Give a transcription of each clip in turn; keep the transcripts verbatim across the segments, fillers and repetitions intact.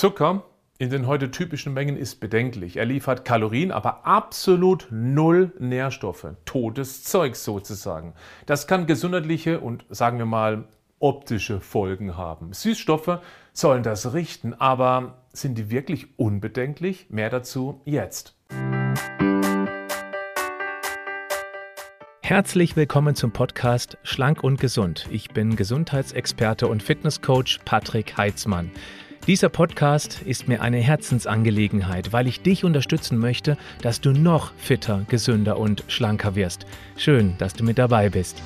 Zucker in den heute typischen Mengen ist bedenklich. Er liefert Kalorien, aber absolut null Nährstoffe. Totes Zeug sozusagen. Das kann gesundheitliche und, sagen wir mal, optische Folgen haben. Süßstoffe sollen das richten, aber sind die wirklich unbedenklich? Mehr dazu jetzt. Herzlich willkommen zum Podcast Schlank und Gesund. Ich bin Gesundheitsexperte und Fitnesscoach Patrick Heitzmann. Dieser Podcast ist mir eine Herzensangelegenheit, weil ich dich unterstützen möchte, dass du noch fitter, gesünder und schlanker wirst. Schön, dass du mit dabei bist.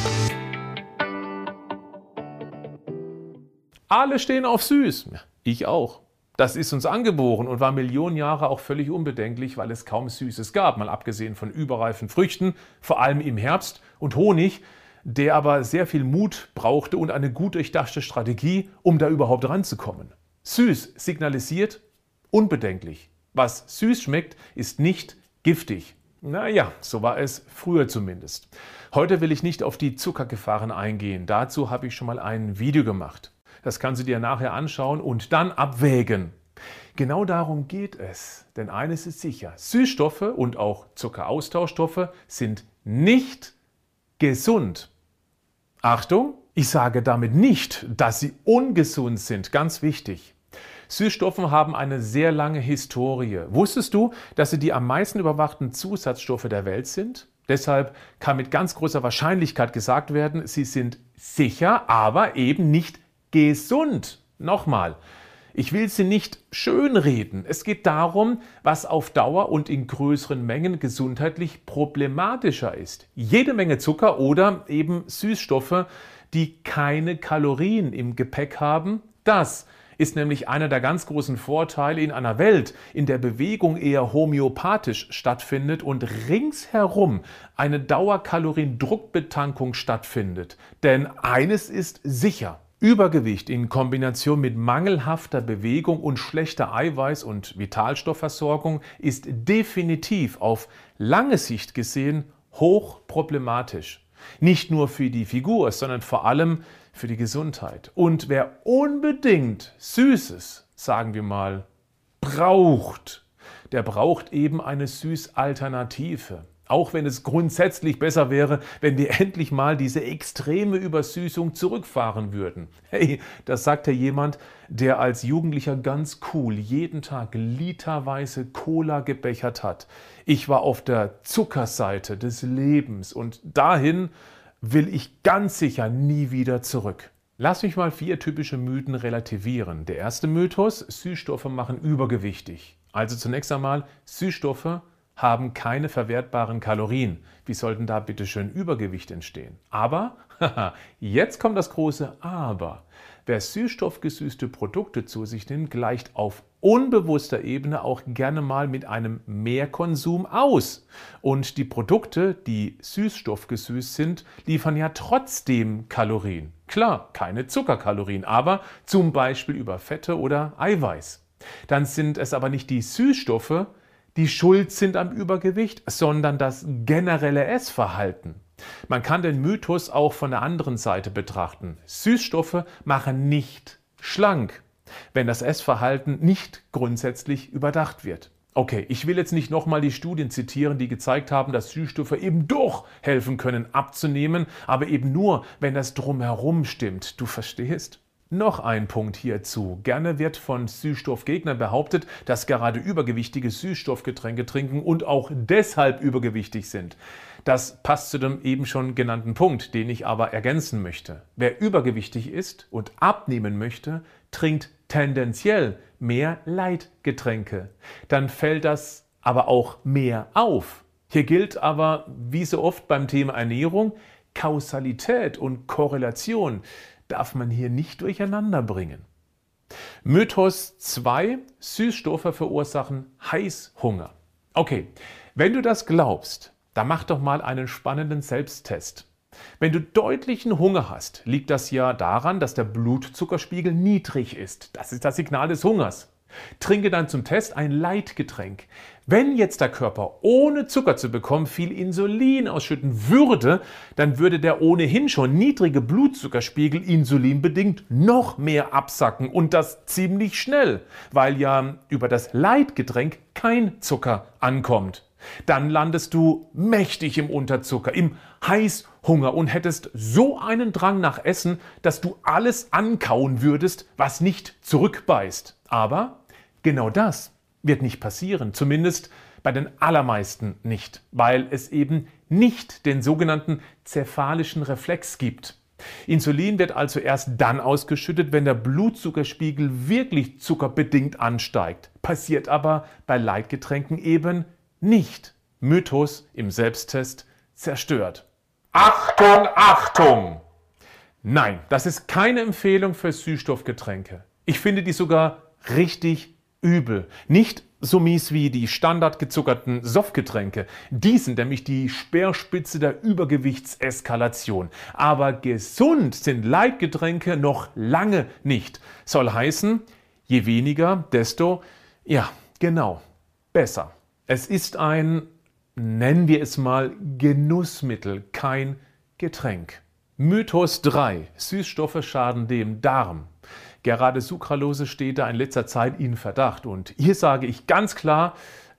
Alle stehen auf süß. Ich auch. Das ist uns angeboren und war Millionen Jahre auch völlig unbedenklich, weil es kaum Süßes gab, mal abgesehen von überreifen Früchten, vor allem im Herbst, und Honig, der aber sehr viel Mut brauchte und eine gut durchdachte Strategie, um da überhaupt ranzukommen. Süß signalisiert unbedenklich. Was süß schmeckt, ist nicht giftig. Naja, so war es früher zumindest. Heute will ich nicht auf die Zuckergefahren eingehen. Dazu habe ich schon mal ein Video gemacht. Das kannst du dir nachher anschauen und dann abwägen. Genau darum geht es. Denn eines ist sicher, Süßstoffe und auch Zuckeraustauschstoffe sind nicht gesund. Achtung, ich sage damit nicht, dass sie ungesund sind. Ganz wichtig. Süßstoffe haben eine sehr lange Historie. Wusstest du, dass sie die am meisten überwachten Zusatzstoffe der Welt sind? Deshalb kann mit ganz großer Wahrscheinlichkeit gesagt werden, sie sind sicher, aber eben nicht gesund. Nochmal, ich will sie nicht schönreden. Es geht darum, was auf Dauer und in größeren Mengen gesundheitlich problematischer ist. Jede Menge Zucker oder eben Süßstoffe, die keine Kalorien im Gepäck haben, das ist nämlich einer der ganz großen Vorteile in einer Welt, in der Bewegung eher homöopathisch stattfindet und ringsherum eine Dauerkaloriendruckbetankung stattfindet. Denn eines ist sicher: Übergewicht in Kombination mit mangelhafter Bewegung und schlechter Eiweiß- und Vitalstoffversorgung ist definitiv auf lange Sicht gesehen hochproblematisch. Nicht nur für die Figur, sondern vor allem für die Gesundheit. Und wer unbedingt Süßes, sagen wir mal, braucht, der braucht eben eine Süßalternative. Auch wenn es grundsätzlich besser wäre, wenn wir endlich mal diese extreme Übersüßung zurückfahren würden. Hey, das sagt ja jemand, der als Jugendlicher ganz cool jeden Tag literweise Cola gebechert hat. Ich war auf der Zuckerseite des Lebens und dahin will ich ganz sicher nie wieder zurück. Lass mich mal vier typische Mythen relativieren. Der erste Mythos: Süßstoffe machen übergewichtig. Also zunächst einmal, Süßstoffe haben keine verwertbaren Kalorien. Wie sollten da bitte schön Übergewicht entstehen? Aber, haha, jetzt kommt das große Aber. Wer süßstoffgesüßte Produkte zu sich nimmt, gleicht auf unbewusster Ebene auch gerne mal mit einem Mehrkonsum aus. Und die Produkte, die süßstoffgesüßt sind, liefern ja trotzdem Kalorien. Klar, keine Zuckerkalorien, aber zum Beispiel über Fette oder Eiweiß. Dann sind es aber nicht die Süßstoffe, die schuld sind am Übergewicht, sondern das generelle Essverhalten. Man kann den Mythos auch von der anderen Seite betrachten. Süßstoffe machen nicht schlank, wenn das Essverhalten nicht grundsätzlich überdacht wird. Okay, ich will jetzt nicht nochmal die Studien zitieren, die gezeigt haben, dass Süßstoffe eben doch helfen können abzunehmen, aber eben nur, wenn das Drumherum stimmt. Du verstehst? Noch ein Punkt hierzu. Gerne wird von Süßstoffgegnern behauptet, dass gerade Übergewichtige Süßstoffgetränke trinken und auch deshalb übergewichtig sind. Das passt zu dem eben schon genannten Punkt, den ich aber ergänzen möchte. Wer übergewichtig ist und abnehmen möchte, trinkt tendenziell mehr Leitgetränke. Dann fällt das aber auch mehr auf. Hier gilt aber, wie so oft beim Thema Ernährung, Kausalität und Korrelation darf man hier nicht durcheinander bringen. Mythos zwei: Süßstoffe verursachen Heißhunger. Okay, wenn du das glaubst, dann mach doch mal einen spannenden Selbsttest. Wenn du deutlichen Hunger hast, liegt das ja daran, dass der Blutzuckerspiegel niedrig ist. Das ist das Signal des Hungers. Trinke dann zum Test ein Leitgetränk. Wenn jetzt der Körper ohne Zucker zu bekommen viel Insulin ausschütten würde, dann würde der ohnehin schon niedrige Blutzuckerspiegel insulinbedingt noch mehr absacken und das ziemlich schnell, weil ja über das Leitgetränk kein Zucker ankommt. Dann landest du mächtig im Unterzucker, im Heißhunger und hättest so einen Drang nach Essen, dass du alles ankauen würdest, was nicht zurückbeißt. Aber genau das wird nicht passieren, zumindest bei den allermeisten nicht, weil es eben nicht den sogenannten cephalischen Reflex gibt. Insulin wird also erst dann ausgeschüttet, wenn der Blutzuckerspiegel wirklich zuckerbedingt ansteigt. Passiert aber bei Leitgetränken eben nicht. Mythos im Selbsttest zerstört. Achtung, Achtung! Nein, das ist keine Empfehlung für Süßstoffgetränke. Ich finde die sogar richtig übel. Nicht so mies wie die standardgezuckerten Softgetränke. Die sind nämlich die Speerspitze der Übergewichtseskalation. Aber gesund sind Leitgetränke noch lange nicht. Soll heißen, je weniger, desto, ja, genau, besser. Es ist ein, nennen wir es mal, Genussmittel, kein Getränk. Mythos drei. Süßstoffe schaden dem Darm. Gerade Sucralose steht da in letzter Zeit in Verdacht. Und hier sage ich ganz klar,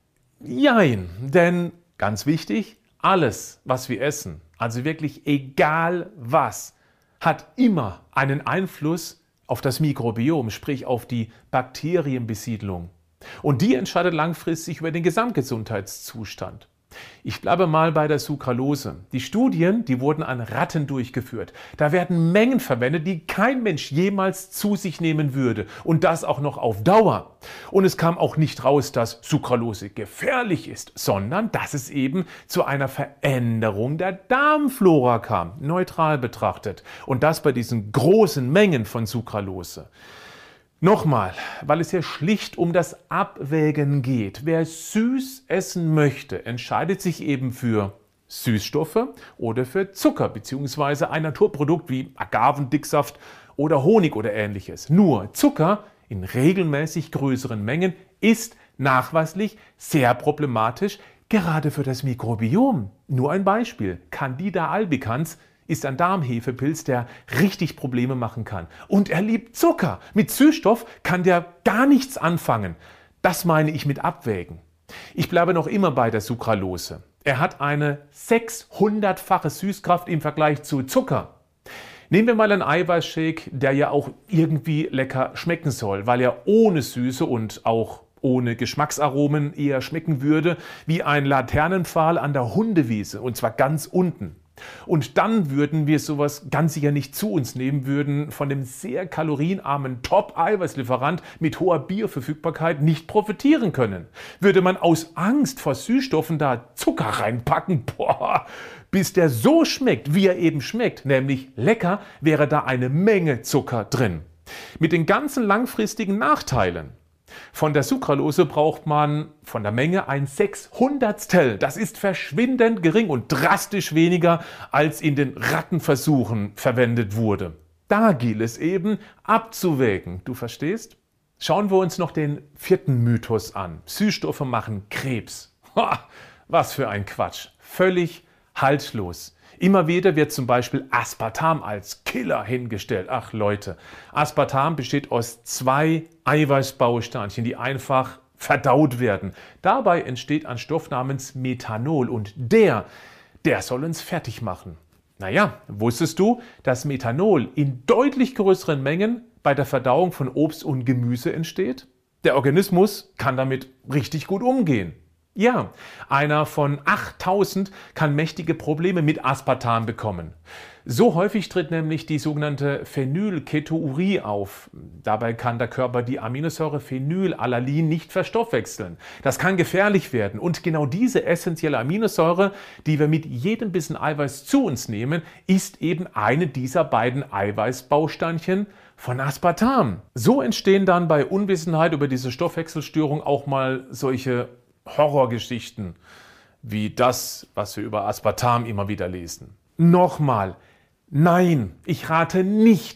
jein. Denn, ganz wichtig, alles, was wir essen, also wirklich egal was, hat immer einen Einfluss auf das Mikrobiom, sprich auf die Bakterienbesiedlung. Und die entscheidet langfristig über den Gesamtgesundheitszustand. Ich bleibe mal bei der Sucralose. Die Studien, die wurden an Ratten durchgeführt. Da werden Mengen verwendet, die kein Mensch jemals zu sich nehmen würde. Und das auch noch auf Dauer. Und es kam auch nicht raus, dass Sucralose gefährlich ist, sondern dass es eben zu einer Veränderung der Darmflora kam, neutral betrachtet. Und das bei diesen großen Mengen von Sucralose. Nochmal, weil es hier schlicht um das Abwägen geht. Wer süß essen möchte, entscheidet sich eben für Süßstoffe oder für Zucker bzw. ein Naturprodukt wie Agavendicksaft oder Honig oder ähnliches. Nur Zucker in regelmäßig größeren Mengen ist nachweislich sehr problematisch, gerade für das Mikrobiom. Nur ein Beispiel: Candida albicans ist ein Darmhefepilz, der richtig Probleme machen kann. Und er liebt Zucker. Mit Süßstoff kann der gar nichts anfangen. Das meine ich mit Abwägen. Ich bleibe noch immer bei der Sucralose. Er hat eine sechshundertfache Süßkraft im Vergleich zu Zucker. Nehmen wir mal einen Eiweißshake, der ja auch irgendwie lecker schmecken soll, weil er ohne Süße und auch ohne Geschmacksaromen eher schmecken würde wie ein Laternenpfahl an der Hundewiese, und zwar ganz unten. Und dann würden wir sowas ganz sicher nicht zu uns nehmen, würden von dem sehr kalorienarmen Top-Eiweißlieferant mit hoher Bioverfügbarkeit nicht profitieren können. Würde man aus Angst vor Süßstoffen da Zucker reinpacken, boah, bis der so schmeckt, wie er eben schmeckt, nämlich lecker, wäre da eine Menge Zucker drin. Mit den ganzen langfristigen Nachteilen. Von der Sucralose braucht man von der Menge ein Sechshundertstel. Das ist verschwindend gering und drastisch weniger, als in den Rattenversuchen verwendet wurde. Da gilt es eben abzuwägen. Du verstehst? Schauen wir uns noch den vierten Mythos an. Süßstoffe machen Krebs. Ha, was für ein Quatsch. Völlig haltlos. Immer wieder wird zum Beispiel Aspartam als Killer hingestellt. Ach Leute, Aspartam besteht aus zwei Eiweißbausteinchen, die einfach verdaut werden. Dabei entsteht ein Stoff namens Methanol und der, der soll uns fertig machen. Naja, wusstest du, dass Methanol in deutlich größeren Mengen bei der Verdauung von Obst und Gemüse entsteht? Der Organismus kann damit richtig gut umgehen. Ja, einer von achttausend kann mächtige Probleme mit Aspartam bekommen. So häufig tritt nämlich die sogenannte Phenylketonurie auf. Dabei kann der Körper die Aminosäure Phenylalanin nicht verstoffwechseln. Das kann gefährlich werden. Und genau diese essentielle Aminosäure, die wir mit jedem Bissen Eiweiß zu uns nehmen, ist eben eine dieser beiden Eiweißbausteinchen von Aspartam. So entstehen dann bei Unwissenheit über diese Stoffwechselstörung auch mal solche Horrorgeschichten wie das, was wir über Aspartam immer wieder lesen. Nochmal, nein, ich rate nicht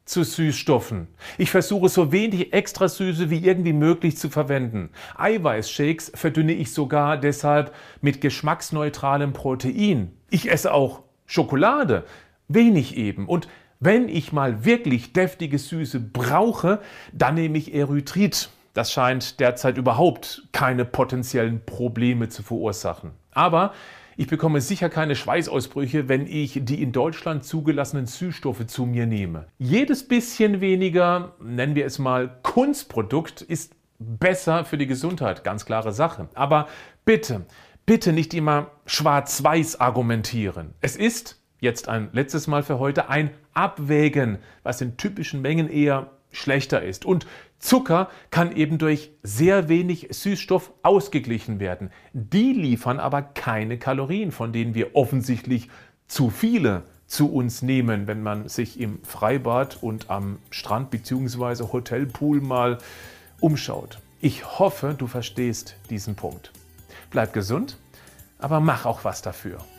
zu Süßstoffen. Ich versuche so wenig Extrasüße wie irgendwie möglich zu verwenden. Eiweißshakes verdünne ich sogar deshalb mit geschmacksneutralem Protein. Ich esse auch Schokolade, wenig eben. Und wenn ich mal wirklich deftige Süße brauche, dann nehme ich Erythrit. Das scheint derzeit überhaupt keine potenziellen Probleme zu verursachen. Aber ich bekomme sicher keine Schweißausbrüche, wenn ich die in Deutschland zugelassenen Süßstoffe zu mir nehme. Jedes bisschen weniger, nennen wir es mal Kunstprodukt, ist besser für die Gesundheit, ganz klare Sache. Aber bitte, bitte nicht immer schwarz-weiß argumentieren. Es ist, jetzt ein letztes Mal für heute, ein Abwägen, was in typischen Mengen eher schlechter ist. Und Zucker kann eben durch sehr wenig Süßstoff ausgeglichen werden. Die liefern aber keine Kalorien, von denen wir offensichtlich zu viele zu uns nehmen, wenn man sich im Freibad und am Strand bzw. Hotelpool mal umschaut. Ich hoffe, du verstehst diesen Punkt. Bleib gesund, aber mach auch was dafür.